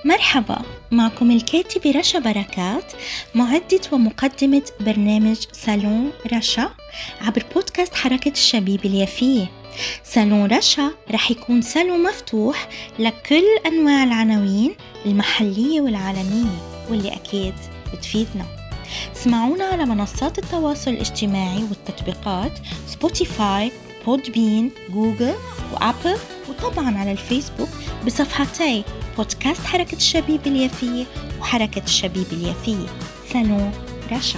مرحبا، معكم الكاتبة رشا بركات، معدة ومقدمة برنامج صالون رشا عبر بودكاست حركة الشبيب اليافية. صالون رشا رح يكون صالون مفتوح لكل أنواع العناوين المحلية والعالمية واللي أكيد بتفيدنا. اسمعونا على منصات التواصل الاجتماعي والتطبيقات سبوتيفاي، بودبين، جوجل وأبل، وطبعا على الفيسبوك بصفحتي بودكاست حركة الشبيب اليافية وحركة الشبيب اليافية. صالون رشا.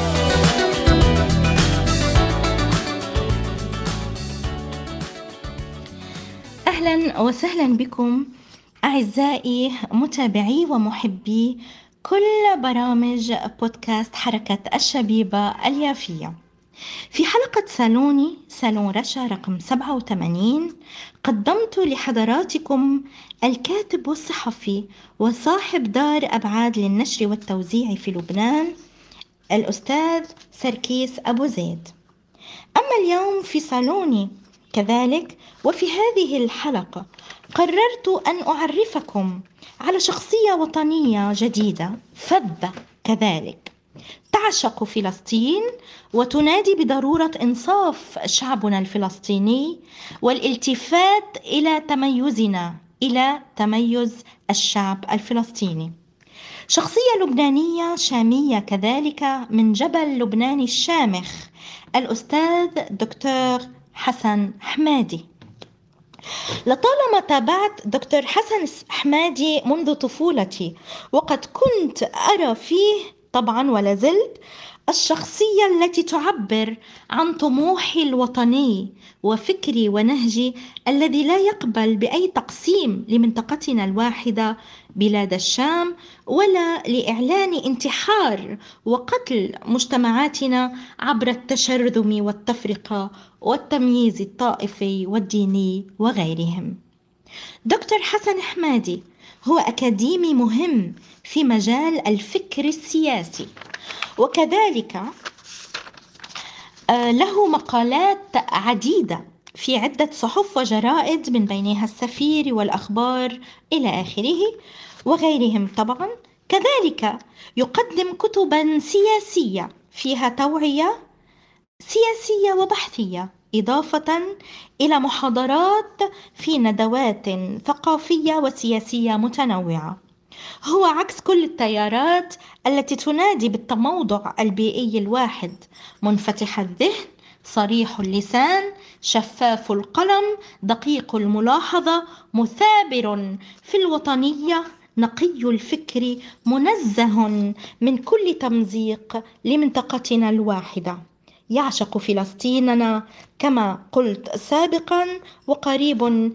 أهلا وسهلا بكم أعزائي متابعي ومحبي كل برامج بودكاست حركة الشبيبة اليافية. في حلقة صالون رشا رقم 87 قدمت لحضراتكم الكاتب والصحفي وصاحب دار أبعاد للنشر والتوزيع في لبنان الأستاذ سركيس أبو زيد. أما اليوم في صالوني كذلك وفي هذه الحلقة قررت أن أعرفكم على شخصية وطنية جديدة فذة كذلك تعشق فلسطين وتنادي بضرورة إنصاف شعبنا الفلسطيني والالتفات إلى تميزنا، إلى تميز الشعب الفلسطيني. شخصية لبنانية شامية كذلك من جبل لبنان الشامخ، الأستاذ دكتور حسن حمادي. لطالما تابعت دكتور حسن حمادي منذ طفولتي، وقد كنت أرى فيه طبعا ولا زلت الشخصية التي تعبر عن طموحي الوطني وفكري ونهجي الذي لا يقبل بأي تقسيم لمنطقتنا الواحدة بلاد الشام، ولا لإعلان انتحار وقتل مجتمعاتنا عبر التشرذم والتفرقة والتمييز الطائفي والديني وغيرهم. دكتور حسن حمادي هو أكاديمي مهم في مجال الفكر السياسي، وكذلك له مقالات عديدة في عدة صحف وجرائد من بينها السفير والأخبار إلى آخره وغيرهم. طبعا كذلك يقدم كتبا سياسية فيها توعية سياسية وبحثية، إضافة إلى محاضرات في ندوات ثقافية وسياسية متنوعة. هو عكس كل التيارات التي تنادي بالتموضع البيئي الواحد، منفتح الذهن، صريح اللسان، شفاف القلم، دقيق الملاحظة، مثابر في الوطنية، نقي الفكر، منزه من كل تمزيق لمنطقتنا الواحدة. يعشق فلسطيننا كما قلت سابقا، وقريب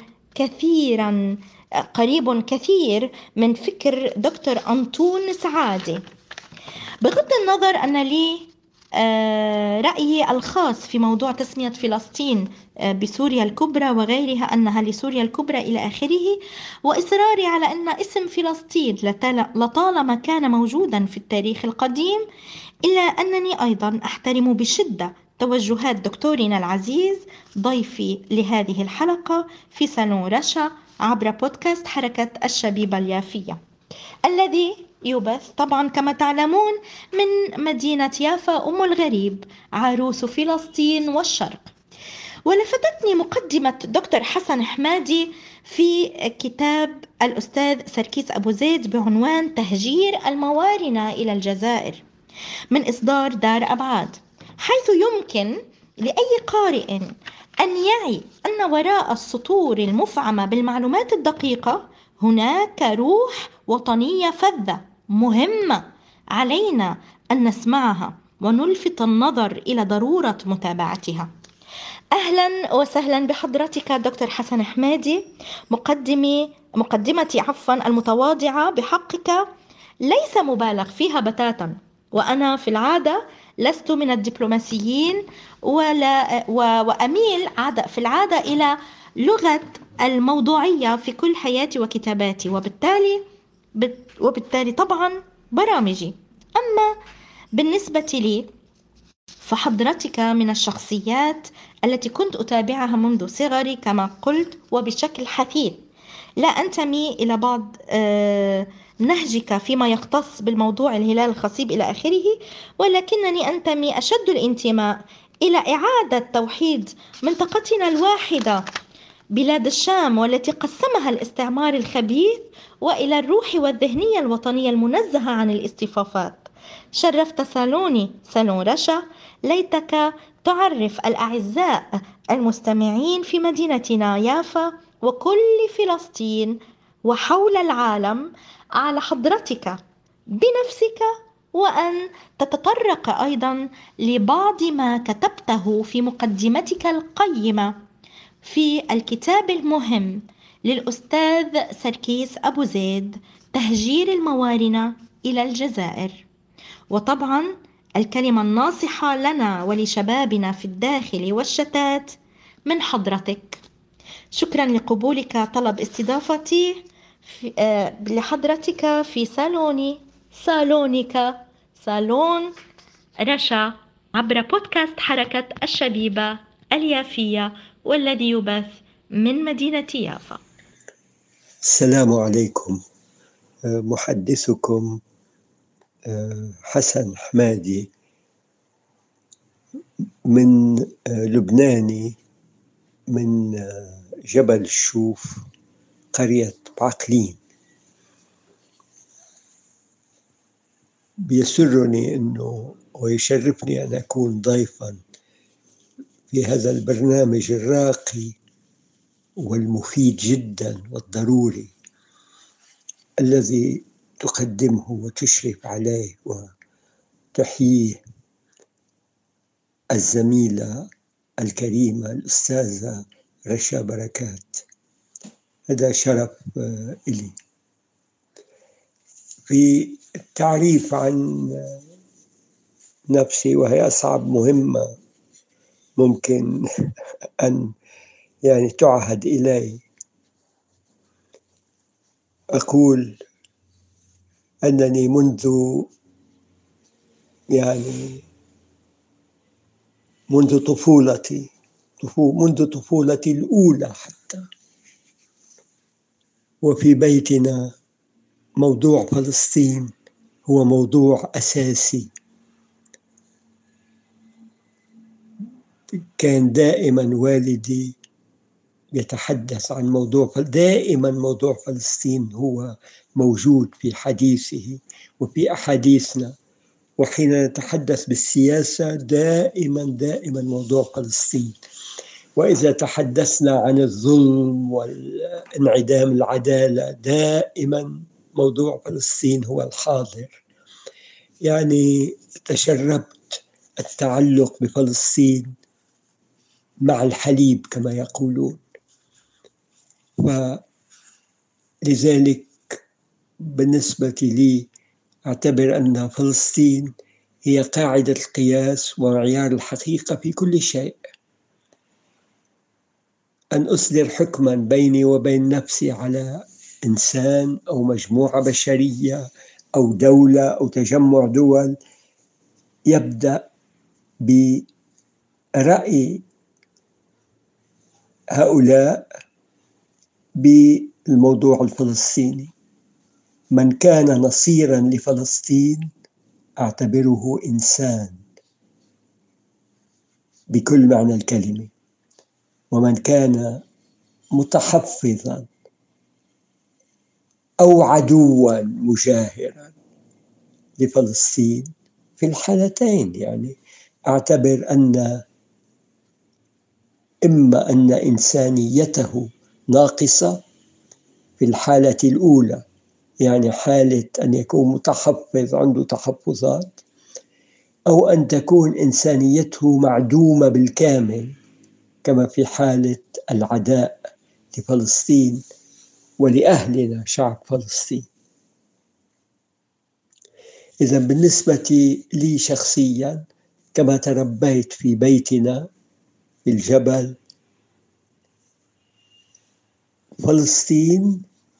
كثير من فكر دكتور أنطون سعادي. بغض النظر أن لي رأيي الخاص في موضوع تسمية فلسطين بسوريا الكبرى وغيرها أنها لسوريا الكبرى إلى آخره، وإصراري على أن اسم فلسطين لطالما كان موجودا في التاريخ القديم، إلا أنني أيضا أحترم بشدة توجهات دكتورنا العزيز ضيفي لهذه الحلقة في صالون رشا عبر بودكاست حركة الشبيبة اليافية، الذي يبث طبعا كما تعلمون من مدينة يافا أم الغريب، عروس فلسطين والشرق. ولفتتني مقدمة دكتور حسن حمادي في كتاب الأستاذ سركيس أبو زيد بعنوان تهجير الموارنة إلى الجزائر من إصدار دار أبعاد، حيث يمكن لأي قارئ أن يعي أن وراء السطور المفعمة بالمعلومات الدقيقة هناك روح وطنية فذة مهمة علينا أن نسمعها ونلفت النظر إلى ضرورة متابعتها. أهلا وسهلا بحضرتك دكتور حسن حمادي. مقدمتي المتواضعة بحقك ليس مبالغ فيها بتاتا، وأنا في العادة لست من الدبلوماسيين وأميل في العادة إلى لغة الموضوعية في كل حياتي وكتاباتي، وبالتالي طبعا برامجي. أما بالنسبة لي فحضرتك من الشخصيات التي كنت أتابعها منذ صغري كما قلت وبشكل حثيث، لا أنتمي إلى بعض نهجك فيما يختص بالموضوع الهلال الخصيب إلى آخره، ولكنني أنتمي أشد الانتماء إلى إعادة توحيد منطقتنا الواحدة بلاد الشام والتي قسمها الاستعمار الخبيث، وإلى الروح والذهنية الوطنية المنزهة عن الاصطفافات. شرفت سالوني سالون رشا. ليتك تعرف الأعزاء المستمعين في مدينتنا يافا وكل فلسطين وحول العالم على حضرتك بنفسك، وأن تتطرق أيضا لبعض ما كتبته في مقدمتك القيمة في الكتاب المهم للأستاذ سركيس أبو زيد، تهجير الموارنة إلى الجزائر. وطبعا الكلمة الناصحة لنا ولشبابنا في الداخل والشتات من حضرتك. شكرا لقبولك طلب استضافتي لحضرتك في صالونك صالون رشا عبر بودكاست حركة الشبيبة اليافية، والذي يبث من مدينة يافا. السلام عليكم. محدثكم حسن حمادي من لبناني، من جبل الشوف، قرية بعقلين. بيسرني أنه ويشرفني أن أكون ضيفا في هذا البرنامج الراقي والمفيد جدا والضروري الذي تقدمه وتشرف عليه وتحييه الزميلة الكريمة الأستاذة رشا بركات. هذا شرف إلي. في التعريف عن نفسي، وهي أصعب مهمة ممكن أن تعهد إلي، أقول أنني منذ طفولتي الأولى حتى، وفي بيتنا موضوع فلسطين هو موضوع أساسي. كان دائما والدي يتحدث عن دائما موضوع فلسطين هو موجود في حديثه وفي أحاديثنا، وحين نتحدث بالسياسة دائما موضوع فلسطين. وإذا تحدثنا عن الظلم والانعدام العدالة دائما موضوع فلسطين هو الحاضر. تشربت التعلق بفلسطين مع الحليب كما يقولون، ولذلك بالنسبة لي أعتبر أن فلسطين هي قاعدة القياس ومعيار الحقيقة في كل شيء. أن أصدر حكما بيني وبين نفسي على إنسان أو مجموعة بشرية أو دولة أو تجمع دول يبدأ برأي هؤلاء بالموضوع الفلسطيني. من كان نصيرا لفلسطين أعتبره إنسان بكل معنى الكلمة، ومن كان متحفظا أو عدوا مجاهرا لفلسطين في الحالتين أعتبر أن إما أن إنسانيته ناقصة في الحالة الأولى، حالة أن يكون متحفظ عنده تحفظات، أو أن تكون إنسانيته معدومة بالكامل كما في حالة العداء لفلسطين ولأهلنا شعب فلسطين. إذا بالنسبة لي شخصيا، كما تربيت في بيتنا في الجبل، فلسطين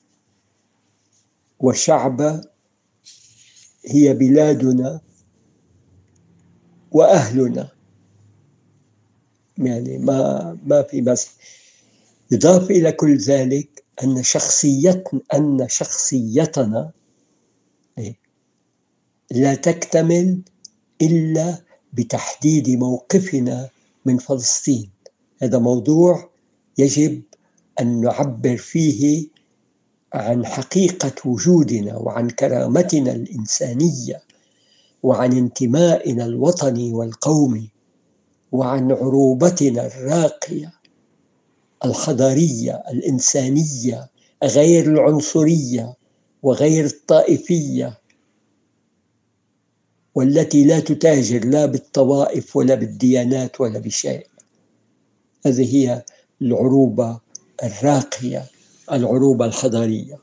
وشعبها هي بلادنا وأهلنا، ما في بس. إضافة إلى كل ذلك أن شخصيتنا لا تكتمل إلا بتحديد موقفنا من فلسطين. هذا موضوع يجب أن نعبر فيه عن حقيقة وجودنا وعن كرامتنا الإنسانية وعن انتمائنا الوطني والقومي وعن عروبتنا الراقية الحضارية الإنسانية غير العنصرية وغير الطائفية، والتي لا تتاجر لا بالطوائف ولا بالديانات ولا بشيء. هذه هي العروبة الراقية، العروبة الحضارية.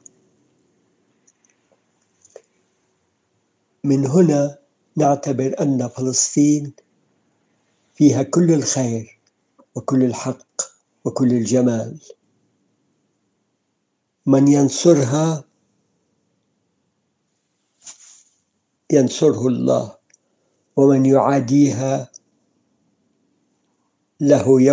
من هنا نعتبر أن فلسطين فيها كل الخير وكل الحق وكل الجمال. من ينصرها ينصره الله، ومن يعاديها له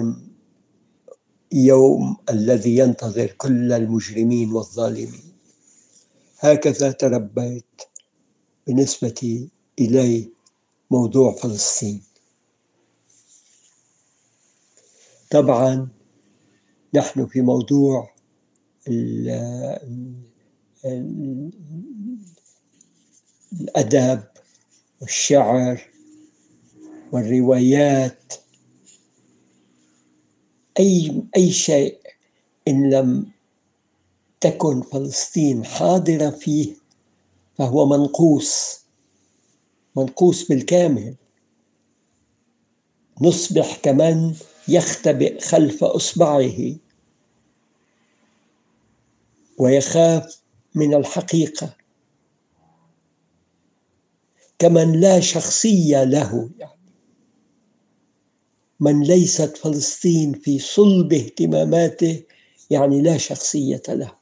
يوم الذي ينتظر كل المجرمين والظالمين. هكذا تربيت بالنسبة إلي موضوع فلسطين. طبعا نحن في موضوع الأدب والشعر والروايات، أي شيء إن لم تكن فلسطين حاضرة فيه فهو منقوص بالكامل. نصبح كمن يختبئ خلف إصبعه ويخاف من الحقيقة، كمن لا شخصية له، يعني من ليست فلسطين في صلب اهتماماته يعني لا شخصية له.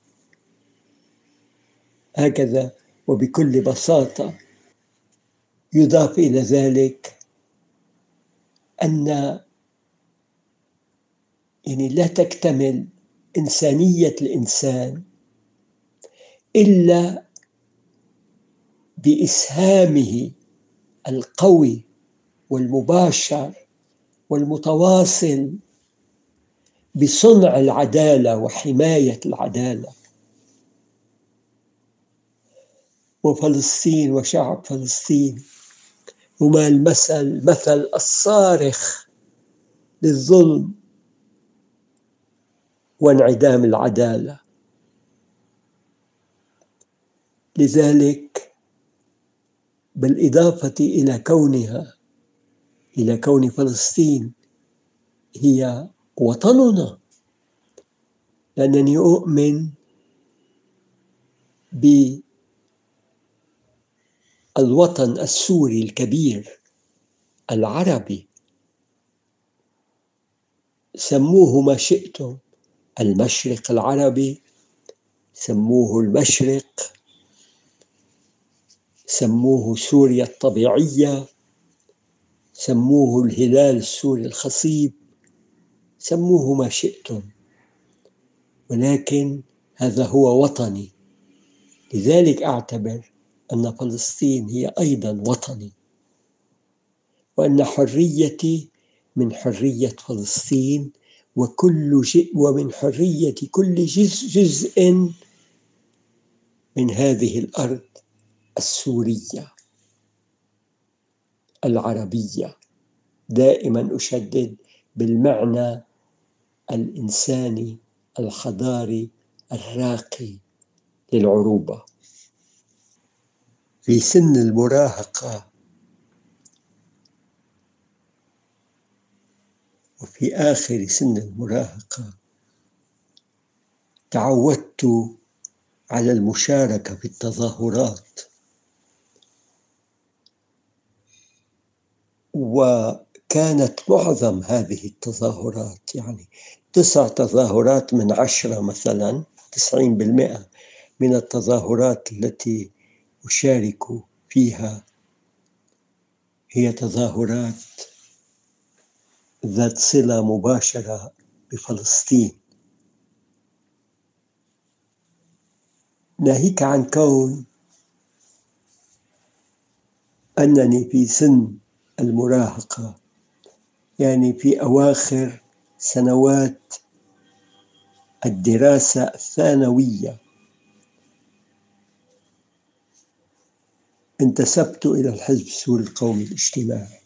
هكذا وبكل بساطة. يضاف إلى ذلك أن يعني لا تكتمل إنسانية الإنسان إلا بإسهامه القوي والمباشر والمتواصل بصنع العدالة وحماية العدالة. وفلسطين وشعب فلسطين هما المثل الصارخ للظلم وانعدام العدالة. لذلك بالإضافة إلى كون فلسطين هي وطننا، لأنني أؤمن بالوطن السوري الكبير العربي، سموه ما شئتم، المشرق العربي، سموه المشرق، سموه سوريا الطبيعية، سموه الهلال السوري الخصيب، سموه ما شئتم، ولكن هذا هو وطني. لذلك أعتبر أن فلسطين هي أيضا وطني، وأن حريتي من حرية فلسطين، ومن حرية كل جزء من هذه الأرض السورية العربية. دائما أشدد بالمعنى الإنساني الحضاري الراقي للعروبة. في سن المراهقة وفي آخر سن المراهقة تعودت على المشاركة في التظاهرات، وكانت معظم هذه التظاهرات يعني 9 تظاهرات من 10 مثلا، 90% من التظاهرات التي أشارك فيها هي تظاهرات ذات صلة مباشرة بفلسطين. ناهيك عن كون أنني في سن المراهقة، يعني في أواخر سنوات الدراسة الثانوية، انتسبت إلى الحزب السوري القومي الاجتماعي،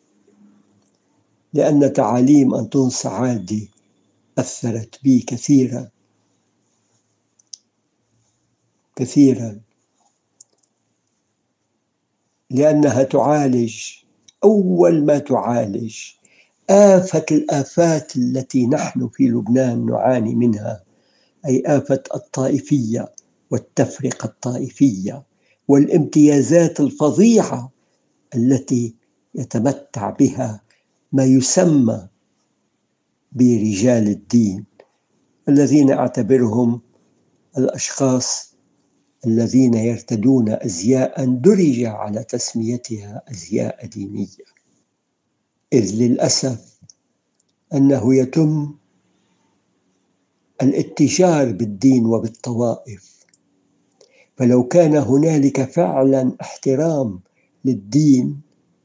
لأن تعاليم أنطون سعادي أثرت بي كثيرا كثيرا، لأنها تعالج، أول ما تعالج آفة الآفات التي نحن في لبنان نعاني منها، أي آفة الطائفية والتفرقة الطائفية والامتيازات الفظيعة التي يتمتع بها ما يسمى برجال الدين، الذين أعتبرهم الأشخاص الذين يرتدون أزياء درج على تسميتها أزياء دينية، إذ للأسف أنه يتم الاتجار بالدين وبالطوائف. فلو كان هنالك فعلا احترام للدين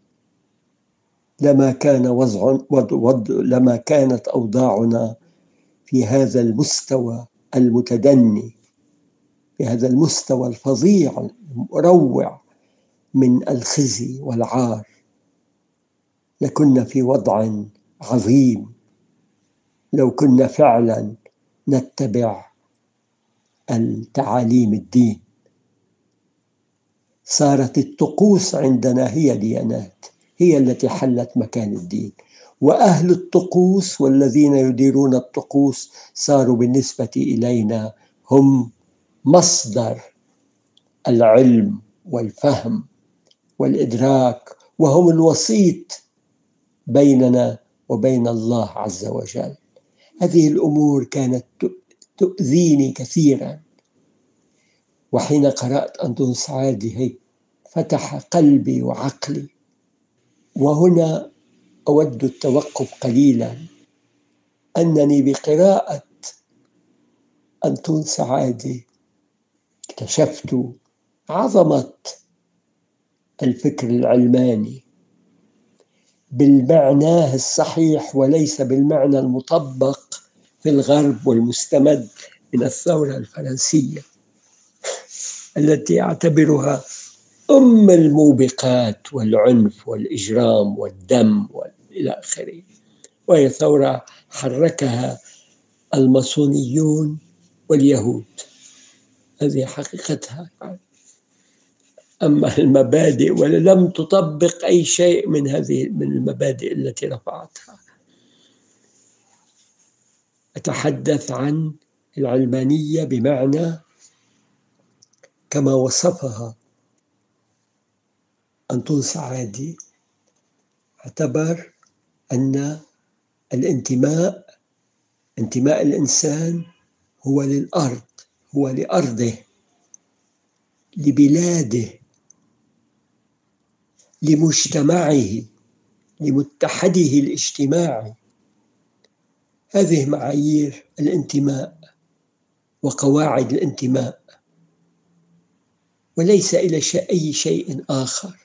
لما كانت أوضاعنا في هذا المستوى المتدني، في هذا المستوى الفظيع المروع من الخزي والعار، لكنا في وضع عظيم لو كنا فعلا نتبع التعاليم الدين. صارت الطقوس عندنا هي ديانات، هي التي حلت مكان الدين، وأهل الطقوس والذين يديرون الطقوس صاروا بالنسبة إلينا هم مصدر العلم والفهم والإدراك، وهم الوسيط بيننا وبين الله عز وجل. هذه الأمور كانت تؤذيني كثيرا، وحين قرأت أنطون سعادي هيك فتح قلبي وعقلي. وهنا أود التوقف قليلا، أنني بقراءة أنطون سعادي اكتشفت عظمة الفكر العلماني بالمعنى الصحيح، وليس بالمعنى المطبق في الغرب والمستمد من الثورة الفرنسية التي أعتبرها أم الموبقات والعنف والإجرام والدم إلى آخره، وهي ثورة حركها الماسونيون واليهود، هذه حقيقتها. أما المبادئ ولم تطبق أي شيء من المبادئ التي رفعتها. أتحدث عن العلمانية بمعنى كما وصفها أنطون سعادي، اعتبر أن انتماء الإنسان هو للأرض، هو لأرضه، لبلاده، لمجتمعه، لمتحده الاجتماعي. هذه معايير الانتماء وقواعد الانتماء، وليس إلى أي شيء آخر.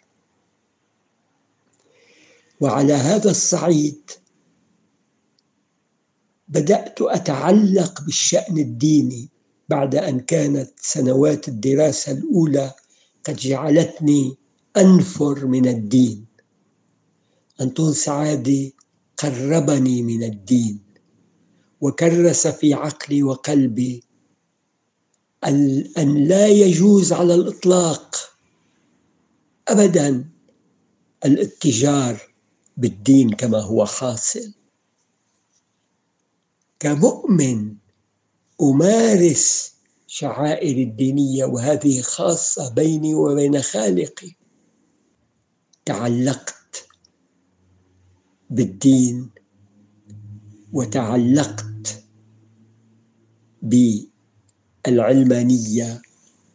وعلى هذا الصعيد بدأت أتعلق بالشأن الديني بعد أن كانت سنوات الدراسة الأولى قد جعلتني أنفر من الدين. أنطون سعادي قربني من الدين، وكرس في عقلي وقلبي أن لا يجوز على الإطلاق أبدا الاتجار بالدين كما هو حاصل. كمؤمن أمارس شعائر الدينية، وهذه خاصة بيني وبين خالقي. تعلقت بالدين وتعلقت بالعلمانية،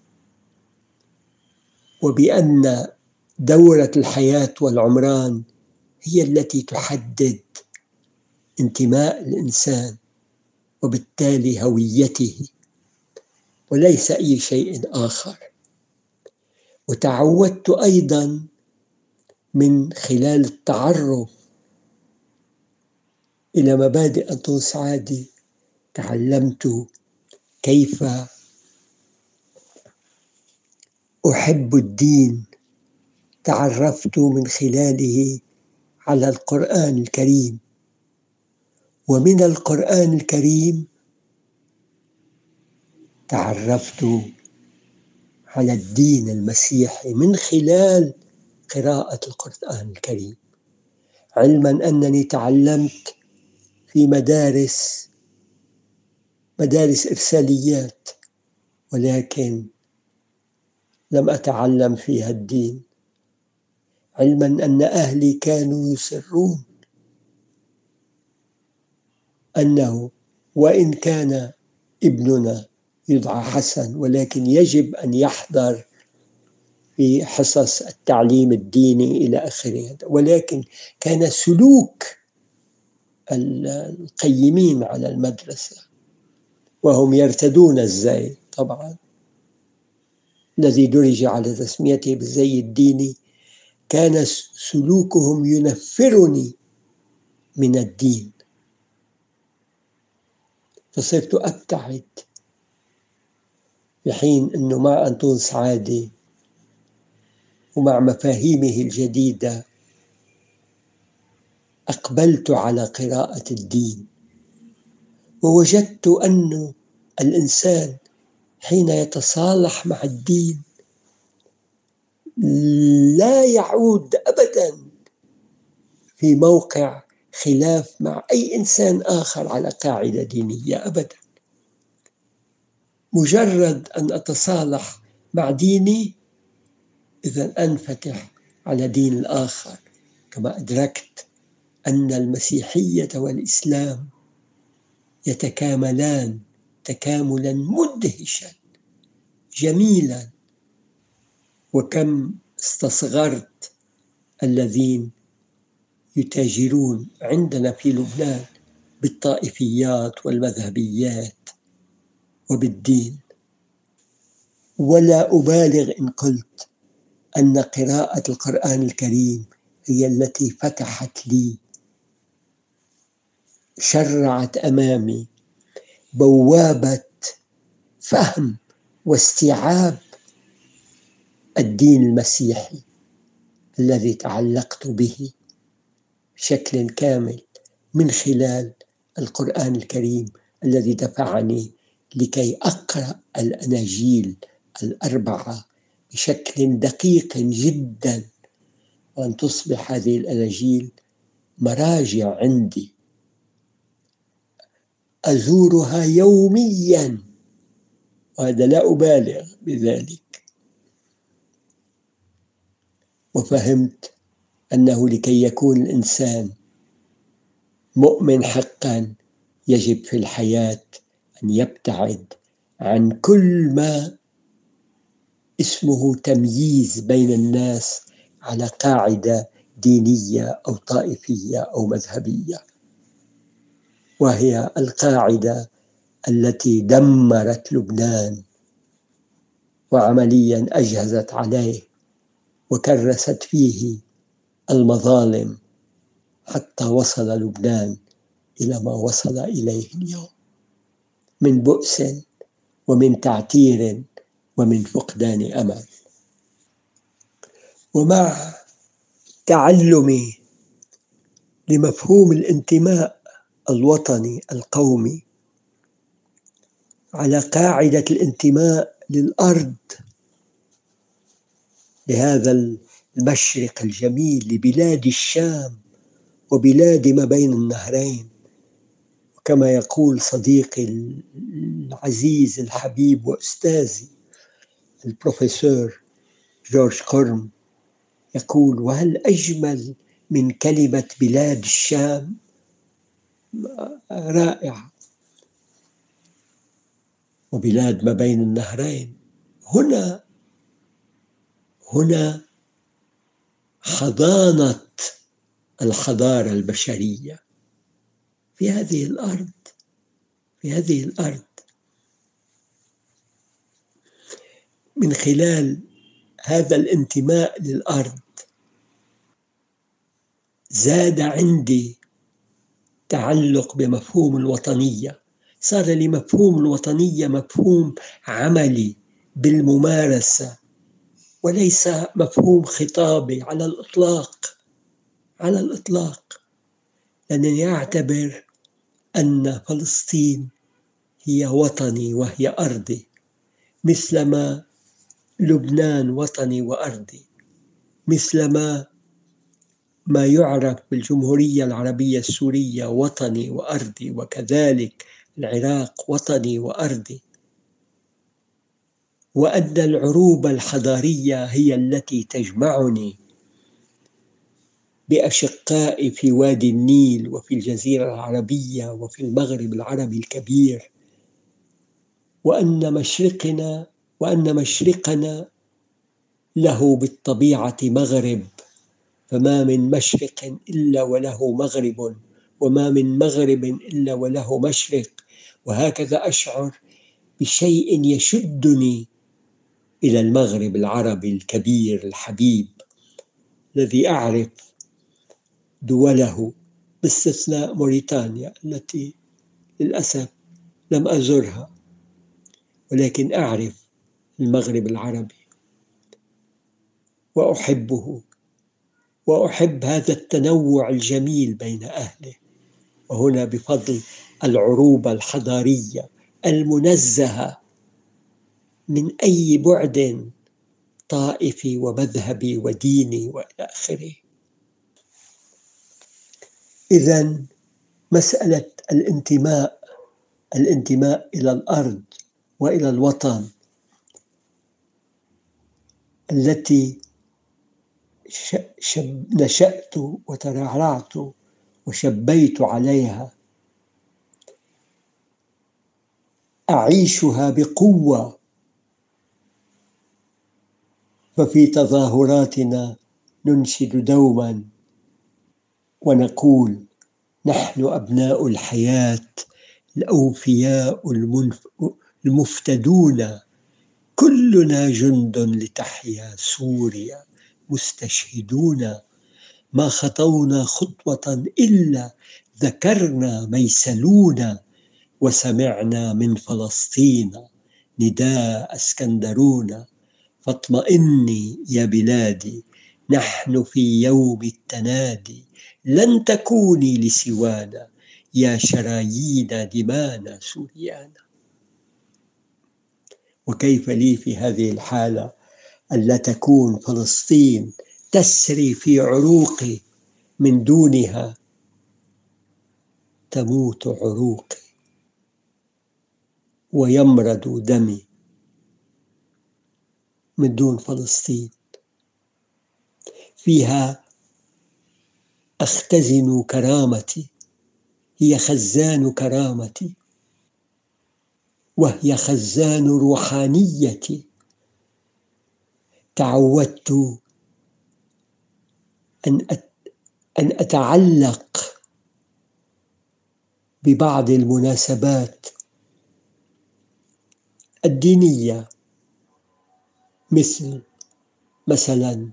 وبأن دورة الحياة والعمران هي التي تحدد انتماء الإنسان وبالتالي هويته. وليس أي شيء آخر. وتعودت أيضا من خلال التعرف إلى مبادئ أنطون سعادي، تعلمت كيف أحب الدين. تعرفت من خلاله على القرآن الكريم، ومن القرآن الكريم تعرفت على الدين المسيحي من خلال قراءة القرآن الكريم، علما أنني تعلمت في مدارس إرساليات، ولكن لم أتعلم فيها الدين، علما أن أهلي كانوا يصرون أنه وإن كان ابننا يدعى حسن ولكن يجب أن يحضر في حصص التعليم الديني إلى آخره. ولكن كان سلوك القيمين على المدرسة وهم يرتدون الزي، طبعا الذي درج على تسميته بالزي الديني، كان سلوكهم ينفرني من الدين، فصرت أبتعد. في حين أنه مع أنطون سعادي ومع مفاهيمه الجديدة أقبلت على قراءة الدين، ووجدت أن الإنسان حين يتصالح مع الدين لا يعود أبدا في موقع خلاف مع أي إنسان آخر على قاعدة دينية أبدا. مجرد أن أتصالح مع ديني إذن أنفتح على دين الآخر، كما أدركت أن المسيحية والإسلام يتكاملان تكاملا مدهشا جميلا. وكم استصغرت الذين يتاجرون عندنا في لبنان بالطائفيات والمذهبيات وبالدين. ولا أبالغ إن قلت أن قراءة القرآن الكريم هي التي فتحت لي، شرعت أمامي بوابة فهم واستيعاب الدين المسيحي الذي تعلقت به بشكل كامل من خلال القرآن الكريم، الذي دفعني لكي أقرأ الأناجيل الأربعة بشكل دقيق جدا، وأن تصبح هذه الأناجيل مراجع عندي أزورها يوميا، وهذا لا أبالغ بذلك. وفهمت أنه لكي يكون الإنسان مؤمن حقا يجب في الحياة أن يبتعد عن كل ما اسمه تمييز بين الناس على قاعدة دينية أو طائفية أو مذهبية، وهي القاعدة التي دمرت لبنان وعمليا أجهزت عليه وكرست فيه المظالم حتى وصل لبنان إلى ما وصل إليه اليوم من بؤس ومن تعتير ومن فقدان أمل. ومع تعلمي لمفهوم الانتماء الوطني القومي على قاعدة الانتماء للأرض، لهذا المشرق الجميل، لبلاد الشام وبلاد ما بين النهرين، كما يقول صديقي العزيز الحبيب وأستاذي البروفيسور جورج كورم، يقول: وهل أجمل من كلمة بلاد الشام؟ رائعة. وبلاد ما بين النهرين، هنا حضانة الحضارة البشرية في هذه الأرض. من خلال هذا الانتماء للأرض زاد عندي تعلق بمفهوم الوطنية. صار لي مفهوم الوطنية مفهوم عملي بالممارسة، وليس مفهوم خطابي على الإطلاق، على الإطلاق، لأنني أعتبر أن فلسطين هي وطني وهي أرضي، مثلما لبنان وطني وأرضي، مثلما ما يعرف بالجمهورية العربية السورية وطني وأرضي، وكذلك العراق وطني وأرضي، وأن العروبة الحضارية هي التي تجمعني بأشقائي في وادي النيل وفي الجزيرة العربية وفي المغرب العربي الكبير، وأن مشرقنا له بالطبيعة مغرب، فما من مشرق إلا وله مغرب، وما من مغرب إلا وله مشرق. وهكذا أشعر بشيء يشدني إلى المغرب العربي الكبير الحبيب، الذي أعرف دوله باستثناء موريتانيا التي للأسف لم أزرها، ولكن أعرف المغرب العربي وأحبه، وأحب هذا التنوع الجميل بين أهله. وهنا بفضل العروبة الحضارية المنزهة من أي بعد طائفي ومذهبي وديني وإلى آخره. إذن مسألة الانتماء إلى الأرض وإلى الوطن التي نشأت وترعرعت وشبيت عليها، أعيشها بقوة. ففي تظاهراتنا ننشد دوما ونقول: نحن أبناء الحياة الأوفياء المفتدون، كلنا جند لتحيا سوريا مستشهدون، ما خطونا خطوة إلا ذكرنا ميسلون، وسمعنا من فلسطين نداء اسكندرون، فاطمئني يا بلادي نحن في يوم التنادي، لن تكوني لسوانا يا شرايين دمانا سوريانا. وكيف لي في هذه الحالة ألا تكون فلسطين تسري في عروقي، من دونها تموت عروقي ويمرض دمي. من دون فلسطين فيها أختزن كرامتي، هي خزان كرامتي، وهي خزان روحانيتي. تعودت أن أتعلق ببعض المناسبات الدينية، مثلا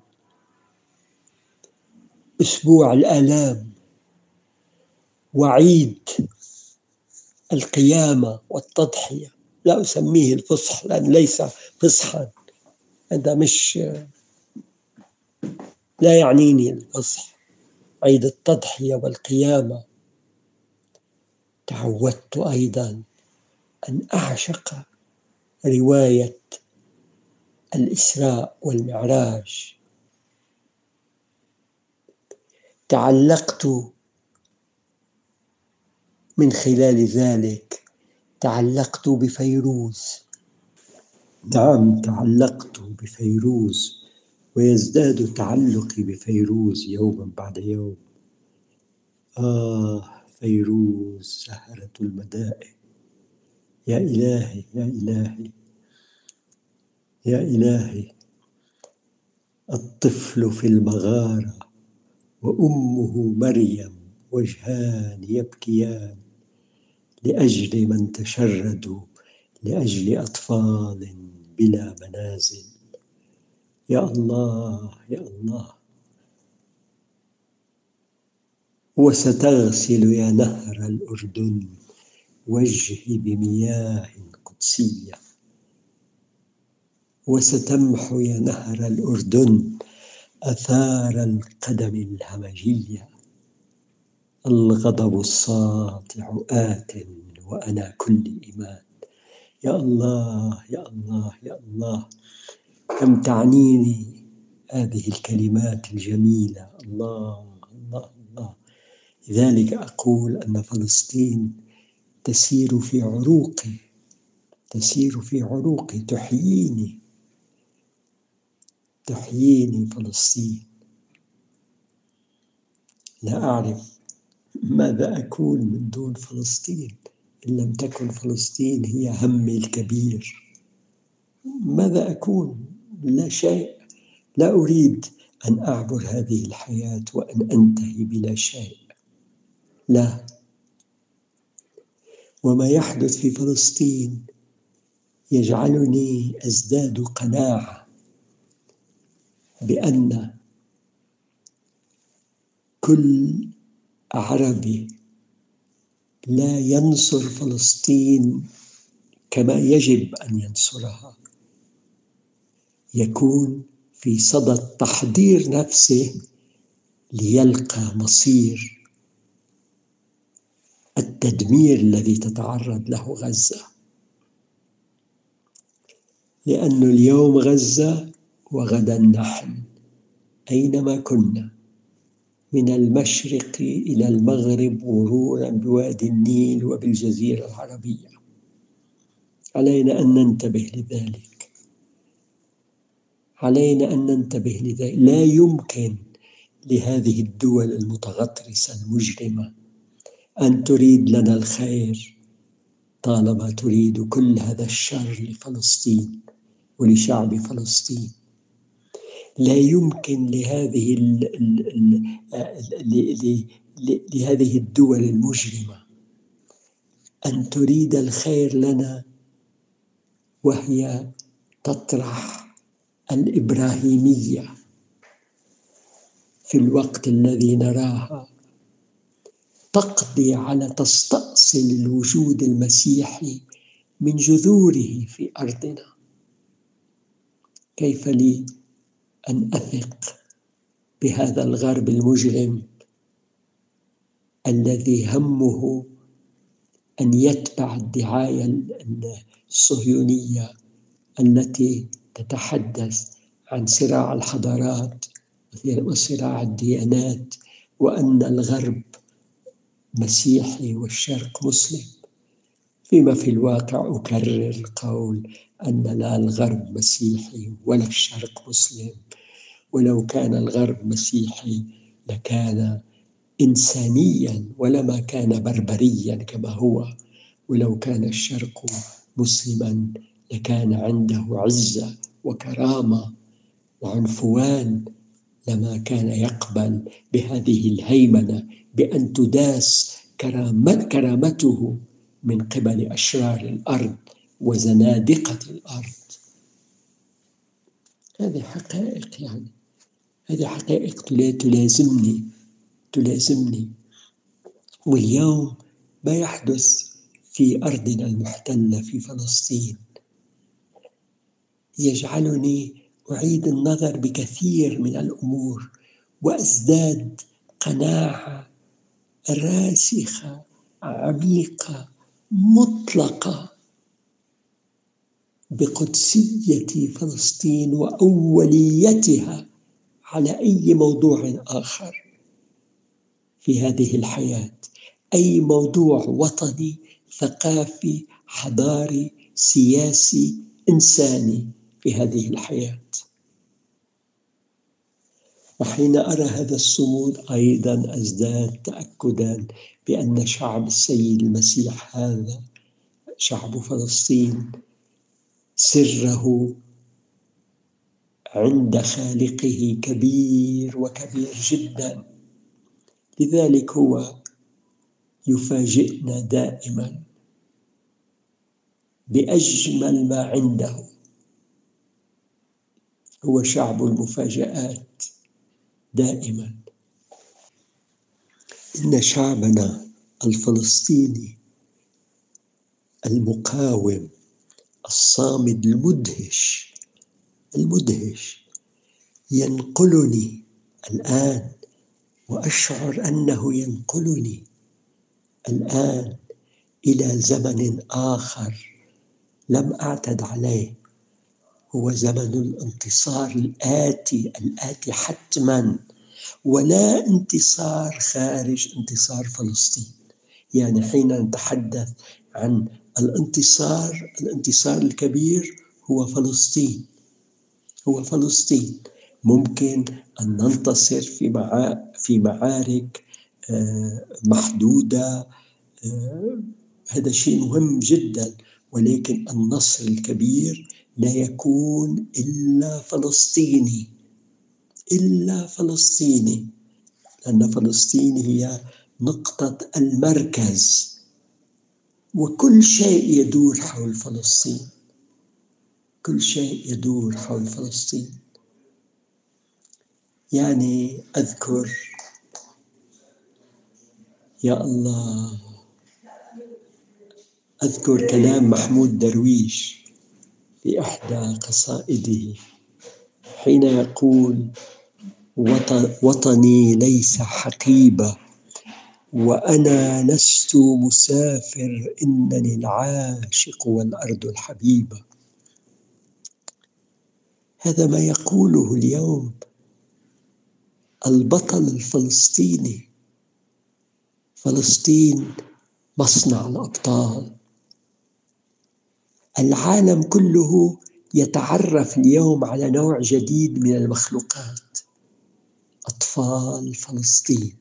أسبوع الآلام وعيد القيامة والتضحية. لا أسميه الفصح لأن ليس فصحا، هذا لا يعنيني الفصح. عيد التضحية والقيامة. تعودت أيضا أن أعشق رواية الإسراء والمعراج. تعلقت من خلال ذلك، تعلقت بفيروز. نعم، تعلقت بفيروز، ويزداد تعلقي بفيروز يوما بعد يوم. فيروز سهرة المدائن. يا إلهي يا إلهي يا إلهي، الطفل في المغارة وأمه مريم وجهان يبكيان لأجل من تشردوا، لأجل أطفال بلا منازل. يا الله يا الله. وستغسل يا نهر الأردن وجهي بمياه قدسية، وستمحو يا نهر الأردن آثار القدم الهمجية. الغضب الساطع آت وأنا كل إيمان. يا الله يا الله يا الله، كم تعنيني هذه الكلمات الجميلة. الله الله الله. لذلك أقول أن فلسطين تسير في عروقي، تسير في عروقي، تحييني، تحييني فلسطين. لا أعرف ماذا أكون من دون فلسطين، إن لم تكن فلسطين هي همي الكبير. ماذا أكون؟ لا شيء. لا أريد أن أعبر هذه الحياة وأن أنتهي بلا شيء، لا. وما يحدث في فلسطين يجعلني أزداد قناعة بأن كل عربي لا ينصر فلسطين كما يجب أن ينصرها يكون في صدد تحضير نفسه ليلقى مصير التدمير الذي تتعرض له غزة. لأن اليوم غزة وغدا نحن، أينما كنا من المشرق إلى المغرب مرورا بوادي النيل وبالجزيرة العربية. علينا أن ننتبه لذلك، علينا أن ننتبه لذلك. لا يمكن لهذه الدول المتغطرسة المجرمة أن تريد لنا الخير طالما تريد كل هذا الشر لفلسطين ولشعب فلسطين. لا يمكن لهذه الدول المجرمة أن تريد الخير لنا وهي تطرح الإبراهيمية في الوقت الذي نراها تقضي على تستأصل الوجود المسيحي من جذوره في أرضنا. كيف لي أن أثق بهذا الغرب المجرم الذي همه أن يتبع الدعاية الصهيونية التي تتحدث عن صراع الحضارات وصراع الديانات، وأن الغرب مسيحي والشرق مسلم، فيما في الواقع أكرر القول أن لا الغرب مسيحي ولا الشرق مسلم. ولو كان الغرب مسيحي لكان إنسانيا ولما كان بربريا كما هو، ولو كان الشرق مسلما لكان عنده عزة وكرامة وعنفوان، لما كان يقبل بهذه الهيمنة بأن تداس كرامته من قبل أشرار الأرض وزنادقة الأرض. هذه حقائق، يعني هذه حقائق تلازمني. واليوم ما يحدث في أرضنا المحتلة في فلسطين يجعلني أعيد النظر بكثير من الأمور وأزداد قناعة راسخة عميقة مطلقة بقدسية فلسطين وأوليتها على أي موضوع آخر في هذه الحياة، أي موضوع وطني ثقافي حضاري سياسي إنساني في هذه الحياة. وحين أرى هذا الصمود أيضا أزداد تأكدا بأن شعب السيد المسيح هذا شعب فلسطين سره عند خالقه كبير وكبير جدا. لذلك هو يفاجئنا دائما بأجمل ما عنده هو شعب المفاجآت دائما. إن شعبنا الفلسطيني المقاوم الصامد المدهش ينقلني الآن، وأشعر أنه ينقلني الآن إلى زمن آخر لم أعتد عليه. هو زمن الانتصار الآتي حتما، ولا انتصار خارج انتصار فلسطين. يعني حين نتحدث عن الانتصار الكبير هو فلسطين. ممكن أن ننتصر في معارك محدودة، هذا شيء مهم جدا، ولكن النصر الكبير لا يكون إلا فلسطيني، لأن فلسطين هي نقطة المركز، وكل شيء يدور حول فلسطين، يعني أذكر يا الله أذكر كلام محمود درويش في إحدى قصائده حين يقول: وطني ليس حقيبة وأنا لست مسافر، إنني العاشق والأرض الحبيبة. هذا ما يقوله اليوم البطل الفلسطيني. فلسطين مصنع الأبطال. العالم كله يتعرف اليوم على نوع جديد من المخلوقات، أطفال فلسطين.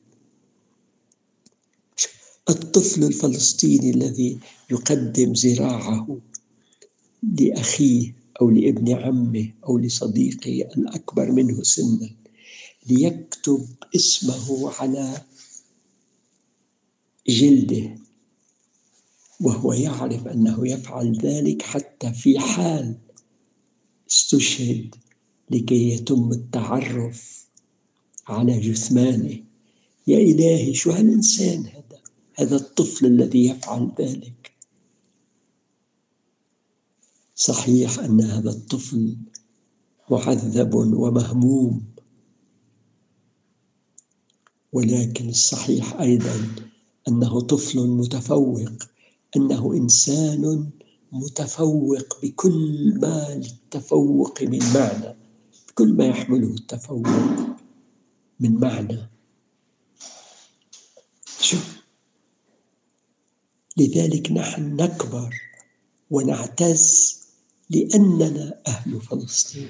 الطفل الفلسطيني الذي يقدم ذراعه لأخيه أو لابن عمه أو لصديقه الأكبر منه سنا ليكتب اسمه على جلده، وهو يعرف أنه يفعل ذلك حتى في حال استشهد، لكي يتم التعرف على جثمانه. يا إلهي، شو هالإنسان هذا الطفل الذي يفعل ذلك. صحيح أن هذا الطفل معذب ومهموم، ولكن الصحيح أيضا أنه طفل متفوق، أنه إنسان متفوق بكل ما للتفوق من معنى، بكل ما يحمله التفوق من معنى. لذلك نحن نكبر ونعتز لأننا أهل فلسطين.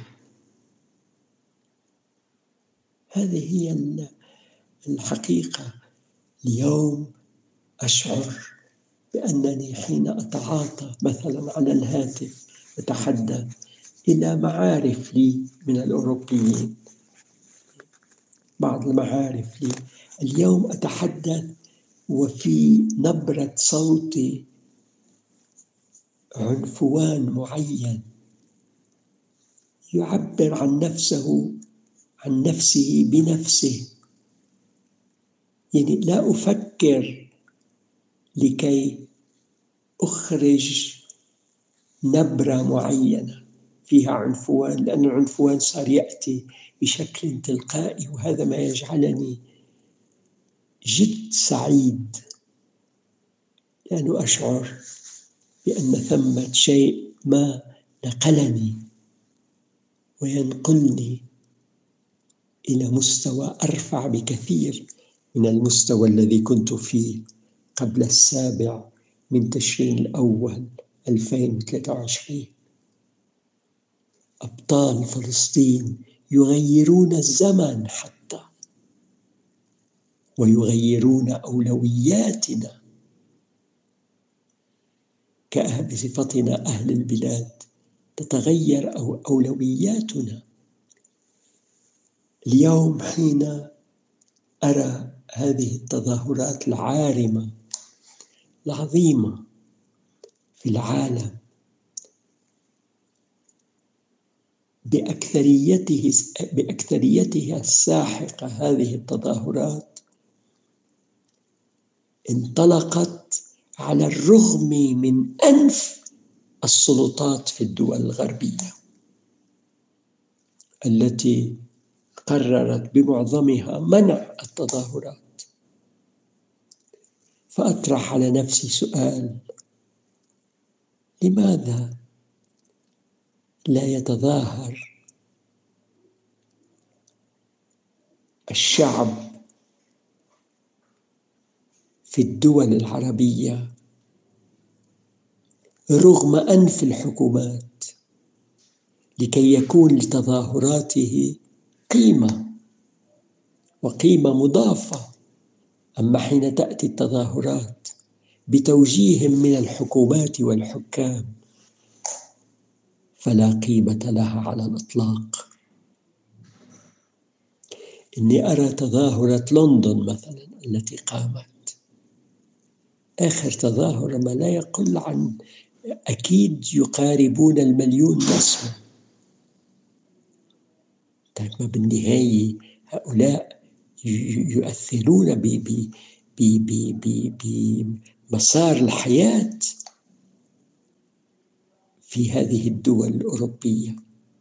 هذه هي الحقيقة. اليوم أشعر بأنني حين أتعاطى مثلا على الهاتف أتحدث إلى معارف لي من الأوروبيين، بعض المعارف لي اليوم أتحدث وفي نبرة صوتي عنفوان معين يعبر عن نفسه بنفسه. يعني لا أفكر لكي أخرج نبرة معينة فيها عنفوان، لأن العنفوان صار يأتي بشكل تلقائي، وهذا ما يجعلني جد سعيد، لأنه أشعر بأن ثمة شيء ما نقلني وينقلني إلى مستوى أرفع بكثير من المستوى الذي كنت فيه قبل 7 تشرين الأول 2023. أبطال فلسطين يغيرون الزمن حتى، ويغيرون أولوياتنا بصفتنا أهل البلاد. تتغير أولوياتنا. اليوم حين أرى هذه التظاهرات العارمة العظيمة في العالم، بأكثريتها الساحقة هذه التظاهرات انطلقت على الرغم من أنف السلطات في الدول الغربية التي قررت بمعظمها منع التظاهرات. فأطرح على نفسي سؤال: لماذا لا يتظاهر الشعب في الدول العربية رغم أنف الحكومات لكي يكون لتظاهراته قيمة وقيمة مضافة؟ أما حين تأتي التظاهرات بتوجيه من الحكومات والحكام فلا قيمة لها على الإطلاق. إني أرى تظاهرة لندن مثلا التي قامت، آخر تظاهرة ما لا يقل عن أكيد يقاربون 1,000,000 نسمة. ما بالنهاية هؤلاء يؤثرون بمسار الحياة في هذه الدول الأوروبية.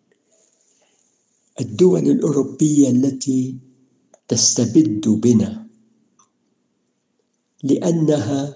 الدول الأوروبية التي تستبد بنا لأنها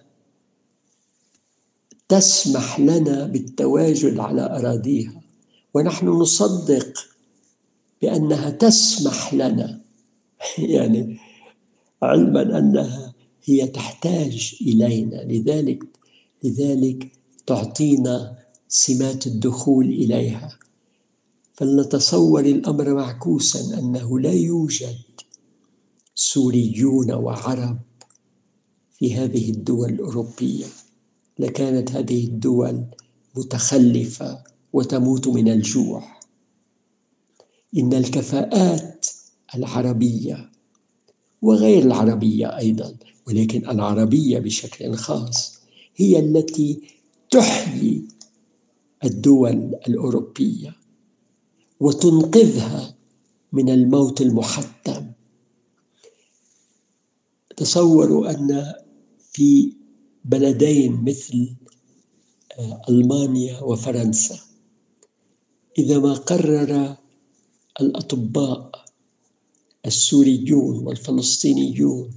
تسمح لنا بالتواجد على أراضيها، ونحن نصدق بأنها تسمح لنا يعني علما أنها هي تحتاج إلينا، لذلك تعطينا سمات الدخول إليها. فلنتصور الأمر معكوسا، أنه لا يوجد سوريون وعرب في هذه الدول الأوروبية، لكانت هذه الدول متخلفة وتموت من الجوع. إن الكفاءات العربية وغير العربية أيضا، ولكن العربية بشكل خاص، هي التي تحيي الدول الأوروبية وتنقذها من الموت المحتم. تصوروا أن في بلدين مثل ألمانيا وفرنسا، إذا ما قرر الأطباء السوريون والفلسطينيون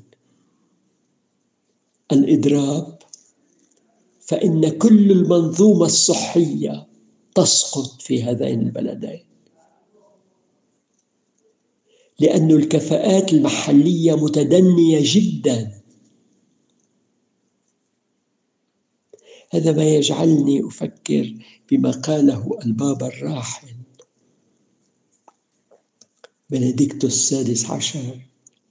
الإضراب، فإن كل المنظومة الصحية تسقط في هذين البلدين، لأن الكفاءات المحلية متدنية جدا. هذا ما يجعلني أفكر بما قاله البابا الراحل بنديكتوس السادس عشر،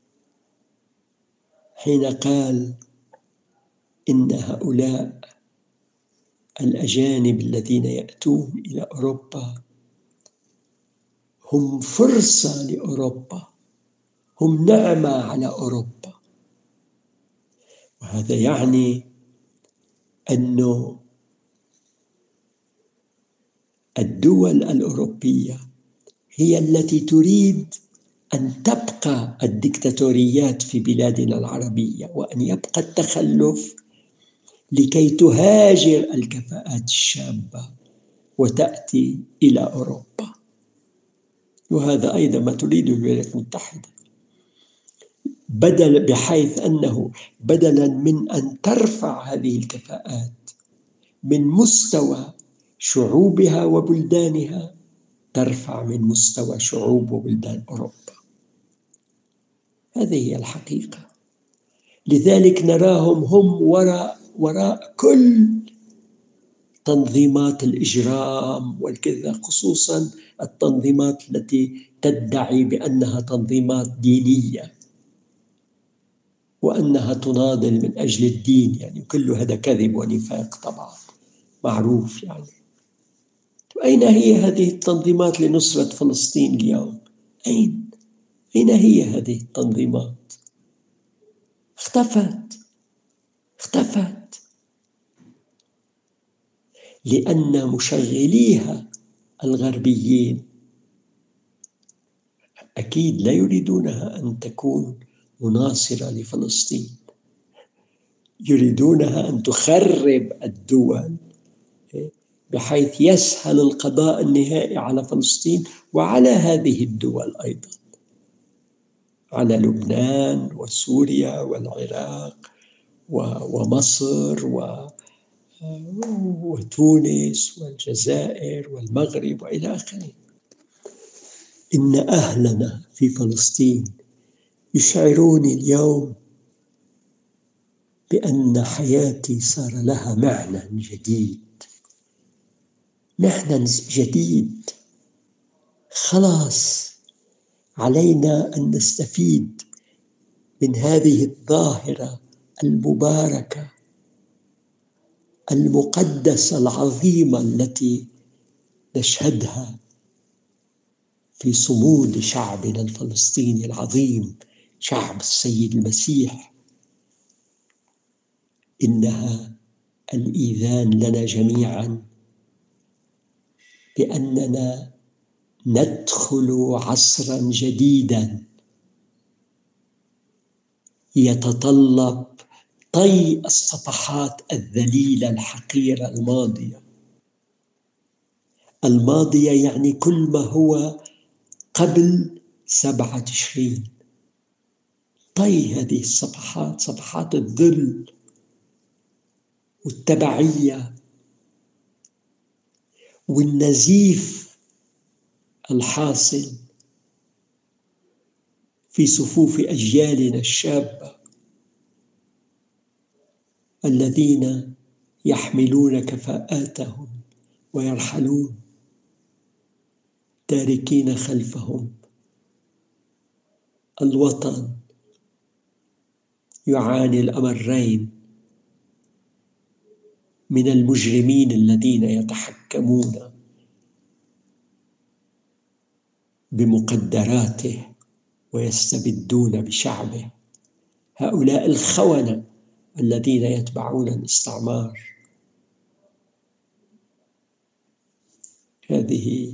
حين قال إن هؤلاء الأجانب الذين يأتون إلى أوروبا هم فرصة لأوروبا، هم نعمة على أوروبا. وهذا يعني أن الدول الأوروبية هي التي تريد أن تبقى الدكتاتوريات في بلادنا العربية، وأن يبقى التخلف لكي تهاجر الكفاءات الشابة وتأتي إلى أوروبا. وهذا أيضا ما تريده الولايات المتحدة، بحيث أنه بدلا من أن ترفع هذه الكفاءات من مستوى شعوبها وبلدانها، ترفع من مستوى شعوب وبلدان أوروبا. هذه هي الحقيقة. لذلك نراهم هم وراء كل تنظيمات الإجرام والكذا، خصوصا التنظيمات التي تدعي بأنها تنظيمات دينية وأنها تناضل من أجل الدين، يعني كل هذا كذب ونفاق طبعا معروف. يعني أين هي هذه التنظيمات لنصرة فلسطين اليوم؟ أين هي هذه التنظيمات؟ اختفت. لأن مشغليها الغربيين أكيد لا يريدونها أن تكون مناصرة لفلسطين، يريدونها أن تخرب الدول بحيث يسهل القضاء النهائي على فلسطين وعلى هذه الدول أيضا، على لبنان وسوريا والعراق ومصر وتونس والجزائر والمغرب وإلى آخره. إن أهلنا في فلسطين يشعروني اليوم بأن حياتي صار لها معنى جديد، معنى جديد. خلاص علينا أن نستفيد من هذه الظاهرة المباركة المقدسة العظيمة التي نشهدها في صمود شعبنا الفلسطيني العظيم، شعب السيد المسيح. إنها الإيذان لنا جميعا بأننا ندخل عصرا جديدا يتطلب طي الصفحات الذليلة الحقيرة الماضية، يعني كل ما هو قبل 7 تشرين. طي هذه الصفحات، صفحات الذل والتبعية والنزيف الحاصل في صفوف أجيالنا الشابة الذين يحملون كفاءاتهم ويرحلون تاركين خلفهم الوطن يعاني الأمرين من المجرمين الذين يتحكمون بمقدراته ويستبدون بشعبه، هؤلاء الخونة الذين يتبعون الاستعمار. هذه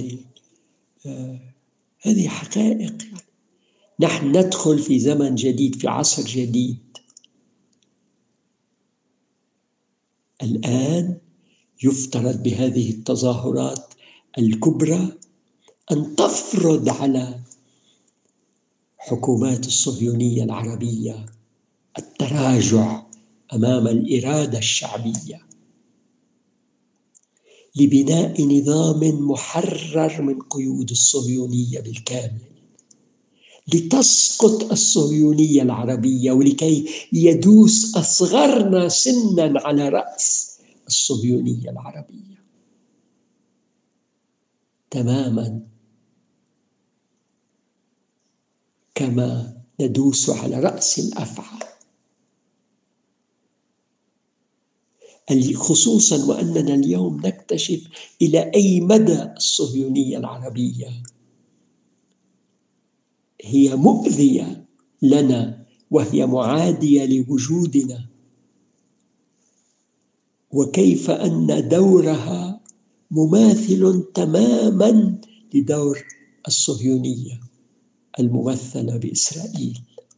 هذه حقائق. نحن ندخل في زمن جديد، في عصر جديد. الآن يفترض بهذه التظاهرات الكبرى أن تفرض على حكومات الصهيونية العربية التراجع أمام الإرادة الشعبية لبناء نظام محرر من قيود الصهيونية بالكامل، لتسقط الصهيونية العربية ولكي يدوس أصغرنا سنا على رأس الصهيونية العربية تماما كما ندوس على رأس الأفعى. خصوصا وأننا اليوم نكتشف إلى أي مدى الصهيونية العربية هي مؤذية لنا وهي معادية لوجودنا، وكيف أن دورها مماثل تماما لدور الصهيونية الممثلة بإسرائيل.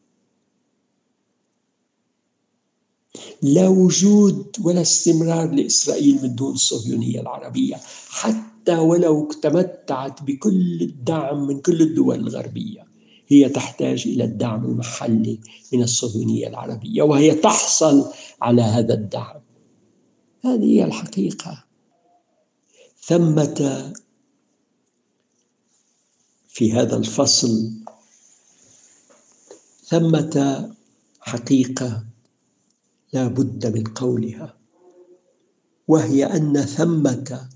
لا وجود ولا استمرار لإسرائيل من دون الصهيونية العربية، حتى ولو تمتعت بكل الدعم من كل الدول الغربية، هي تحتاج إلى الدعم المحلي من الصهيونية العربية، وهي تحصل على هذا الدعم. هذه هي الحقيقة. ثمة في هذا الفصل ثمة حقيقة لا بد من قولها، وهي أن ثمة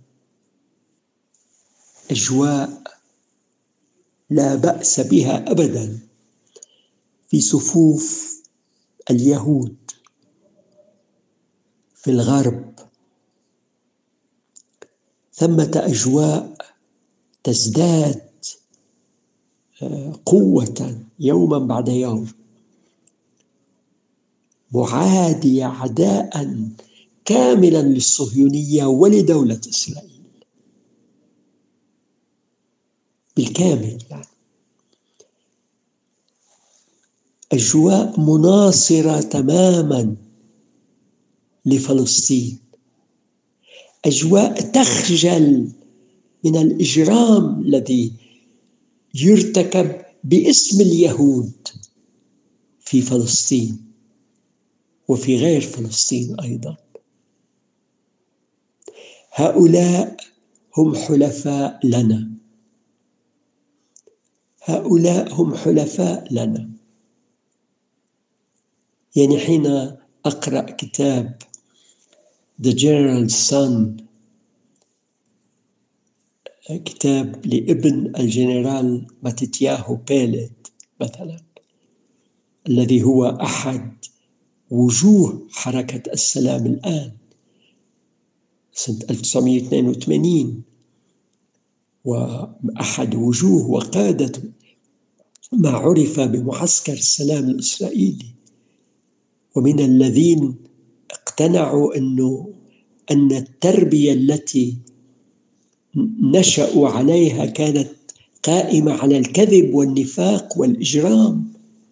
أجواء لا بأس بها أبدا في صفوف اليهود في الغرب. ثمة أجواء تزداد قوة يوما بعد يوم، معادية عداء كاملا للصهيونية ولدولة إسرائيل بالكامل. أجواء مناصرة تماما لفلسطين، أجواء تخجل من الإجرام الذي يرتكب باسم اليهود في فلسطين وفي غير فلسطين أيضا. هؤلاء هم حلفاء لنا، هؤلاء هم حلفاء لنا. يعني حين أقرأ كتاب The General Son، كتاب لابن الجنرال ماتيتياهو بيلت مثلا، الذي هو أحد وجوه حركة السلام الآن سنة 1982، وأحد وجوه وقادة ما عرف بمعسكر السلام الإسرائيلي، ومن الذين اقتنعوا أن التربية التي نشأوا عليها كانت قائمة على الكذب والنفاق والإجرام،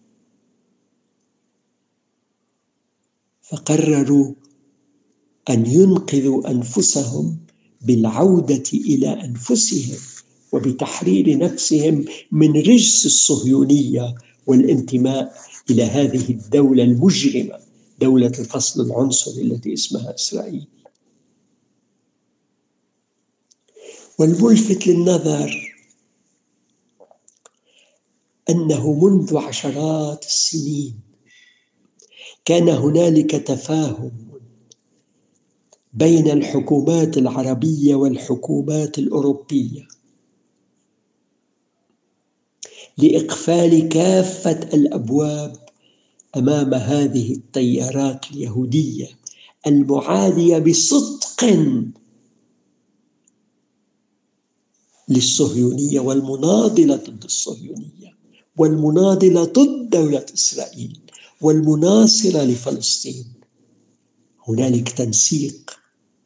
فقرروا أن ينقذوا أنفسهم بالعودة إلى أنفسهم وبتحرير نفسهم من رجس الصهيونية والانتماء إلى هذه الدولة المجرمة، دولة الفصل العنصري التي اسمها إسرائيل. والملفت للنظر أنه منذ عشرات السنين كان هنالك تفاهم بين الحكومات العربية والحكومات الأوروبية لإقفال كافة الأبواب أمام هذه التيارات اليهودية المعادية بصدق للصهيونية والمناضلة ضد الصهيونية والمناضلة ضد دولة إسرائيل والمناصرة لفلسطين. هنالك تنسيق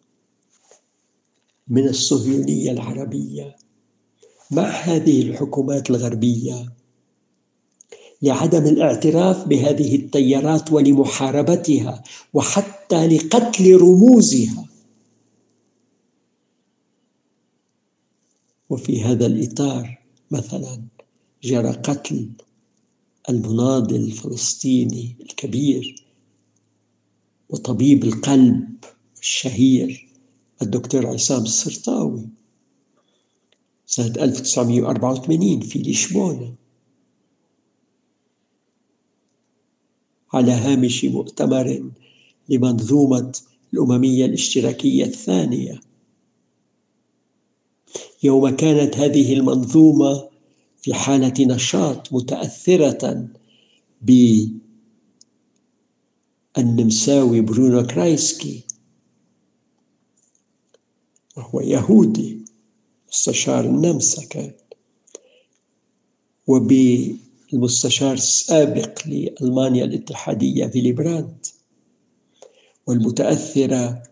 من الصهيونية العربية مع هذه الحكومات الغربية لعدم الاعتراف بهذه التيارات ولمحاربتها وحتى لقتل رموزها. وفي هذا الإطار مثلا جرى قتل المناضل الفلسطيني الكبير وطبيب القلب الشهير الدكتور عصام السرطاوي سنة 1984 في لشبونة على هامش مؤتمر لمنظومة الأممية الاشتراكية الثانية، يوم كانت هذه المنظومة في حالة نشاط متأثرة بالنمساوي برونو كرايسكي، وهو يهودي مستشار النمسا كان، وبالمستشار السابق لألمانيا الاتحادية فيلي براندت، والمتأثرة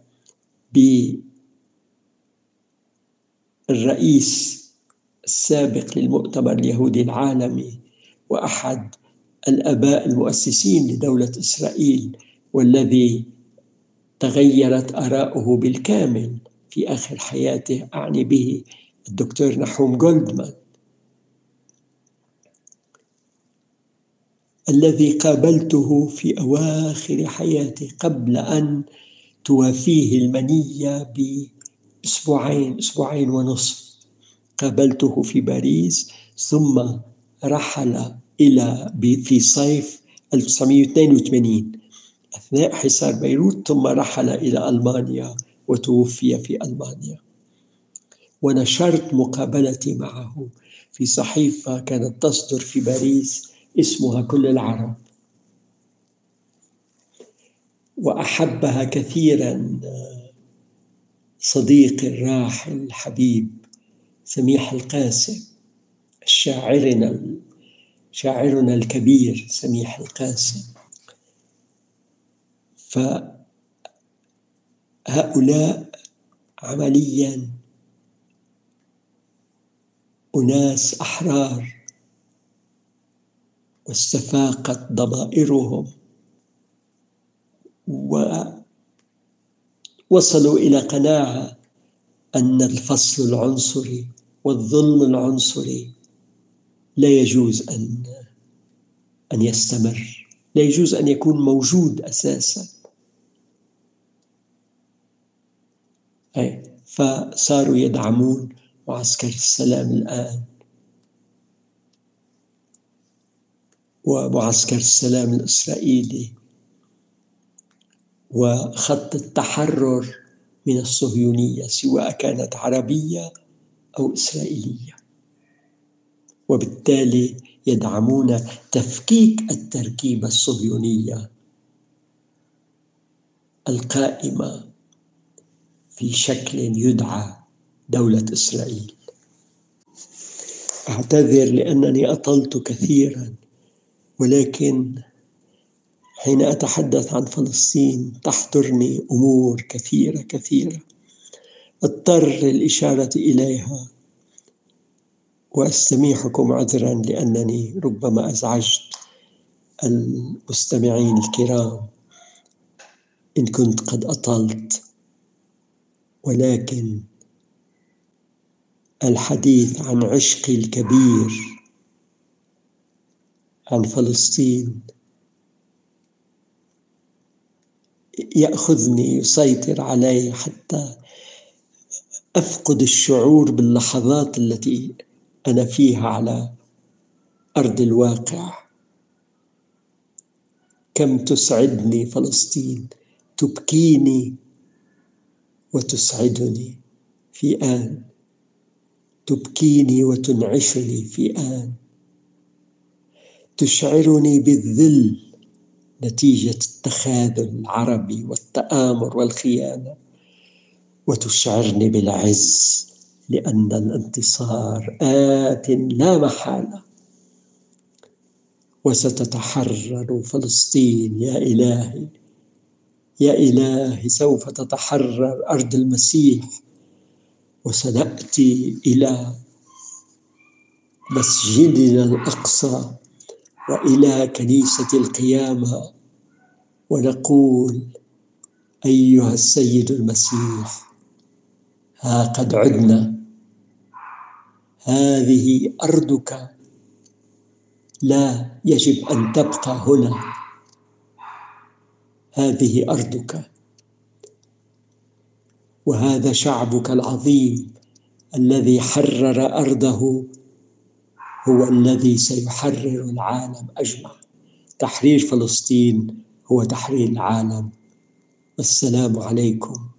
بالرئيس السابق للمؤتمر اليهودي العالمي وأحد الآباء المؤسسين لدولة إسرائيل، والذي تغيرت آراؤه بالكامل في آخر حياته، أعني به الدكتور نحوم جولدمان، الذي قابلته في أواخر حياته قبل أن توافيه المنية أسبوعين ونصف. قابلته في باريس، ثم رحل في صيف 1982 أثناء حصار بيروت، ثم رحل إلى ألمانيا وتوفي في ألمانيا. ونشرت مقابلتي معه في صحيفة كانت تصدر في باريس اسمها كل العرب، وأحبها كثيرا صديقي الراحل الحبيب سميح القاسم، شاعرنا الكبير سميح القاسم. فهؤلاء عمليا أناس أحرار واستفاقت ضمائرهم ووصلوا إلى قناعة أن الفصل العنصري والظلم العنصري لا يجوز أن يستمر، لا يجوز أن يكون موجود أساساً. فصاروا يدعمون معسكر السلام الآن ومعسكر السلام الإسرائيلي وخط التحرر من الصهيونية، سواء كانت عربية أو إسرائيلية، وبالتالي يدعمون تفكيك التركيبة الصهيونية القائمة في شكل يدعى دولة إسرائيل. أعتذر لأنني أطلت كثيرا، ولكن حين أتحدث عن فلسطين تحضرني أمور كثيرة أضطر للإشارة إليها، وأستميحكم عذرا لأنني ربما أزعجت المستمعين الكرام إن كنت قد أطلت، ولكن الحديث عن عشقي الكبير عن فلسطين يأخذني، يسيطر علي حتى أفقد الشعور باللحظات التي أنا فيها على أرض الواقع. كم تسعدني فلسطين، تبكيني وتسعدني في آن، تبكيني وتنعشني في آن، تشعرني بالذل نتيجة التخاذل العربي والتآمر والخيانة، وتشعرني بالعز لأن الانتصار آت لا محالة، وستتحرر فلسطين. يا إلهي يا إلهي، سوف تتحرر أرض المسيح، وسنأتي إلى مسجدنا الأقصى وإلى كنيسة القيامة ونقول: أيها السيد المسيح، ها قد عدنا، هذه أرضك، لا يجب أن تبقى هنا، هذه أرضك، وهذا شعبك العظيم الذي حرر أرضه هو الذي سيحرر العالم أجمع. تحرير فلسطين هو تحرير العالم. السلام عليكم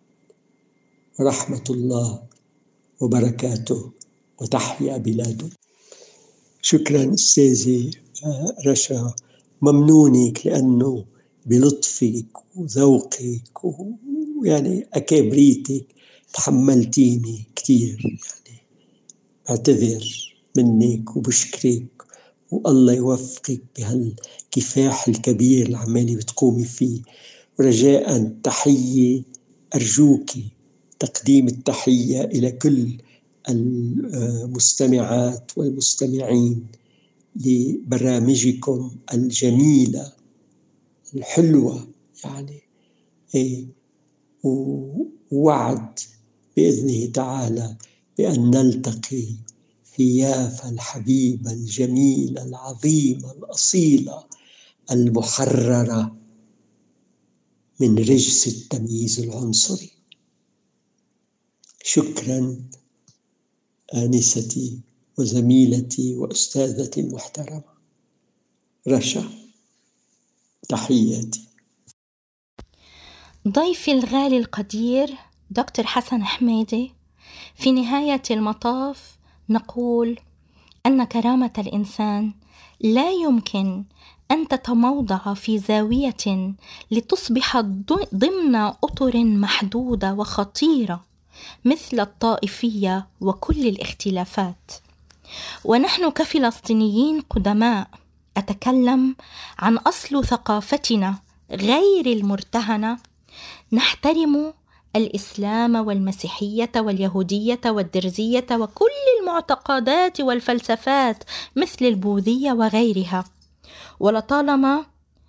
ورحمة الله وبركاته، وتحيا بلاده. شكرا أستاذي رشا، ممنونك لأنه بلطفك وذوقك ويعني أكابريتك تحملتيني كتير، يعني أعتذر منك وبشكرك، والله يوفقك بهالكفاح الكبير اللي عمالي بتقومي فيه. ورجاء تحية، أرجوك تقديم التحية إلى كل المستمعات والمستمعين لبرامجكم الجميلة الحلوة، يعني ووعد بإذنه تعالى بأن نلتقي في يافا الحبيبة الجميلة العظيمة الأصيلة المحررة من رجس التمييز العنصري. شكرا آنستي وزميلتي وأستاذتي المحترمة رشا، تحياتي. ضيفي الغالي القدير دكتور حسن حميدي، في نهاية المطاف نقول أن كرامة الإنسان لا يمكن أن تتموضع في زاوية لتصبح ضمن أطر محدودة وخطيرة مثل الطائفية وكل الاختلافات. ونحن كفلسطينيين قدماء، أتكلم عن أصل ثقافتنا غير المرتهنة، نحترم الإسلام والمسيحية واليهودية والدرزية وكل المعتقدات والفلسفات مثل البوذية وغيرها، ولطالما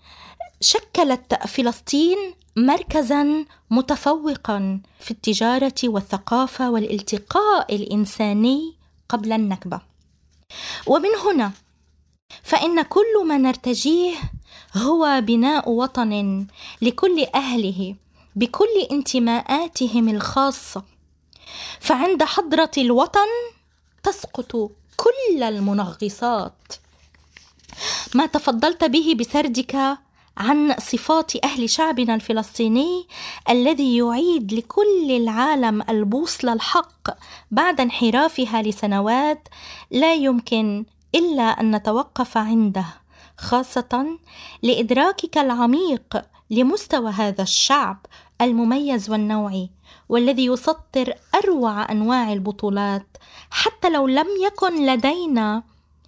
شكلت فلسطين مركزا متفوقا في التجارة والثقافة والالتقاء الإنساني قبل النكبة. ومن هنا فإن كل ما نرتجيه هو بناء وطن لكل أهله بكل انتماءاتهم الخاصة، فعند حضرة الوطن تسقط كل المنغصات. ما تفضلت به بسردك عن صفات أهل شعبنا الفلسطيني الذي يعيد لكل العالم البوصلة الحق بعد انحرافها لسنوات، لا يمكن إلا أن نتوقف عنده، خاصة لإدراكك العميق لمستوى هذا الشعب المميز والنوعي، والذي يسطر أروع أنواع البطولات، حتى لو لم يكن لدينا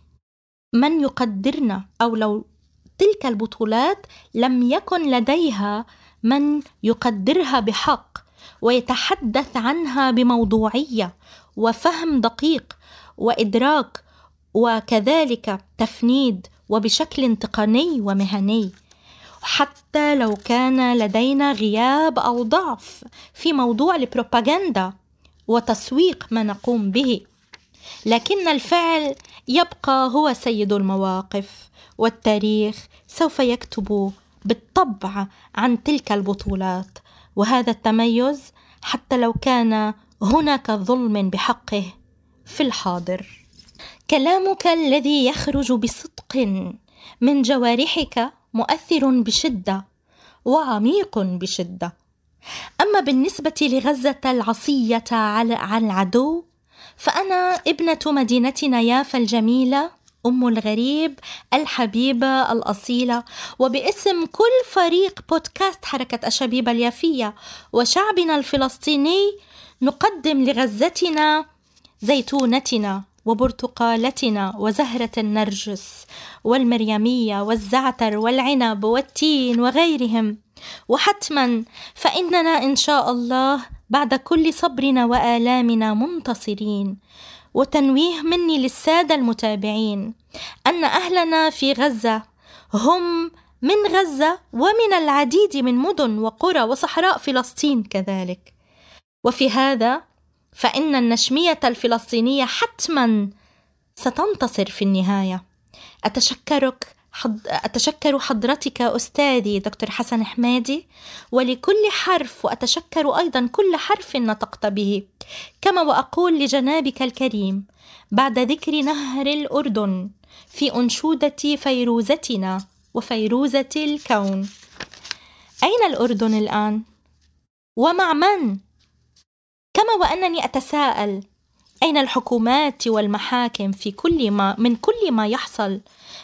من يقدرنا، أو لو تلك البطولات لم يكن لديها من يقدرها بحق ويتحدث عنها بموضوعية وفهم دقيق وإدراك، وكذلك تفنيد وبشكل تقني ومهني، حتى لو كان لدينا غياب أو ضعف في موضوع البروباغندا وتسويق ما نقوم به، لكن الفعل يبقى هو سيد المواقف، والتاريخ سوف يكتب بالطبع عن تلك البطولات وهذا التميز، حتى لو كان هناك ظلم بحقه في الحاضر. كلامك الذي يخرج بصدق من جوارحك مؤثر بشدة وعميق بشدة. أما بالنسبة لغزة العصية على العدو، فأنا ابنة مدينتنا يافا الجميلة، أم الغريب الحبيبة الأصيلة، وباسم كل فريق بودكاست حركة الشبيبة اليافية وشعبنا الفلسطيني نقدم لغزتنا زيتونتنا وبرتقالتنا وزهرة النرجس والمريمية والزعتر والعنب والتين وغيرهم. وحتما فإننا إن شاء الله بعد كل صبرنا وآلامنا منتصرين. وتنويه مني للسادة المتابعين أن أهلنا في غزة هم من غزة ومن العديد من مدن وقرى وصحراء فلسطين كذلك، وفي هذا فإن النشمية الفلسطينية حتما ستنتصر في النهاية. أتشكر حضرتك أستاذي دكتور حسن حمادي ولكل حرف، وأتشكر أيضا كل حرف نطقت به، كما وأقول لجنابك الكريم بعد ذكر نهر الأردن في أنشودة فيروزتنا وفيروزة الكون: أين الأردن الآن؟ ومع من؟ كما وأنني أتساءل أين الحكومات والمحاكم من كل ما يحصل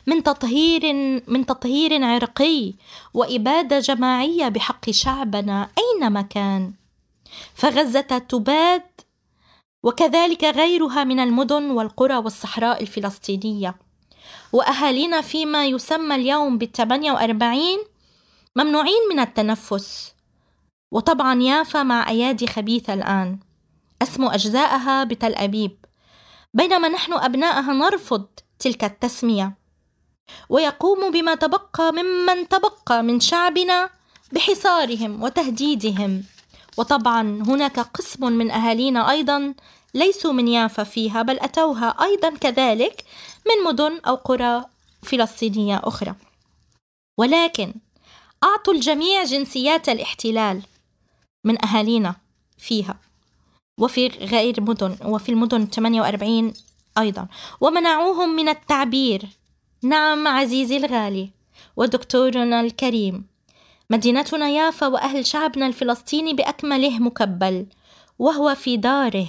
من تطهير عرقي وإبادة جماعية بحق شعبنا أينما كان؟ فغزة تباد، وكذلك غيرها من المدن والقرى والصحراء الفلسطينية، وأهالينا فيما يسمى اليوم بال48 ممنوعين من التنفس. وطبعا يافا مع أيادي خبيثة الآن أسمو أجزاءها بتل أبيب، بينما نحن أبنائها نرفض تلك التسمية، ويقوم بما تبقى ممن تبقى من شعبنا بحصارهم وتهديدهم. وطبعا هناك قسم من أهالينا أيضا ليسوا من يافا فيها، بل أتوها أيضا كذلك من مدن أو قرى فلسطينية أخرى، ولكن أعطوا الجميع جنسيات الاحتلال من أهالينا فيها وفي غير مدن، وفي المدن 48 أيضا، ومنعوهم من التعبير. نعم عزيزي الغالي ودكتورنا الكريم، مدينتنا يافا وأهل شعبنا الفلسطيني بأكمله مكبل وهو في داره،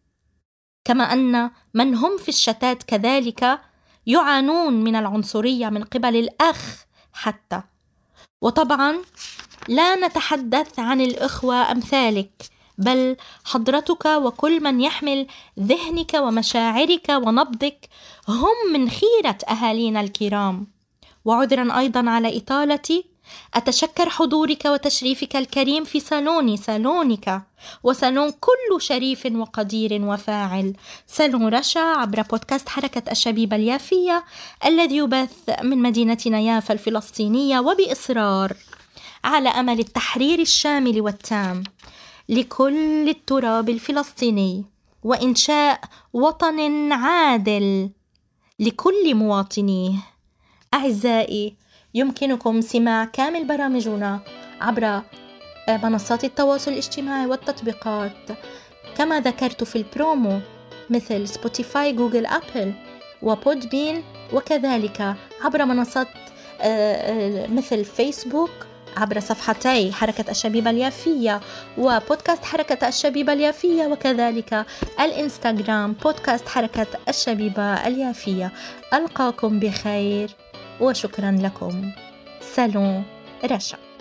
كما أن من هم في الشتات كذلك يعانون من العنصرية من قبل الأخ حتى. وطبعا لا نتحدث عن الإخوة أمثالك، بل حضرتك وكل من يحمل ذهنك ومشاعرك ونبضك هم من خيرة أهالينا الكرام. وعذرا أيضا على إطالتي، أتشكر حضورك وتشريفك الكريم في صالوني صالونك، وصالون كل شريف وقدير وفاعل، صالون رشا عبر بودكاست حركة الشبيبة اليافية الذي يبث من مدينتنا يافا الفلسطينية، وبإصرار على أمل التحرير الشامل والتام لكل التراب الفلسطيني، وإنشاء وطن عادل لكل مواطنيه. أعزائي، يمكنكم سماع كامل برامجنا عبر منصات التواصل الاجتماعي والتطبيقات كما ذكرت في البرومو، مثل سبوتيفاي، جوجل، أبل وبودبين، وكذلك عبر منصات مثل فيسبوك عبر صفحتي حركة الشبيبة اليافية وبودكاست حركة الشبيبة اليافية، وكذلك الإنستغرام بودكاست حركة الشبيبة اليافية. ألقاكم بخير وشكرا لكم. صالون رشا.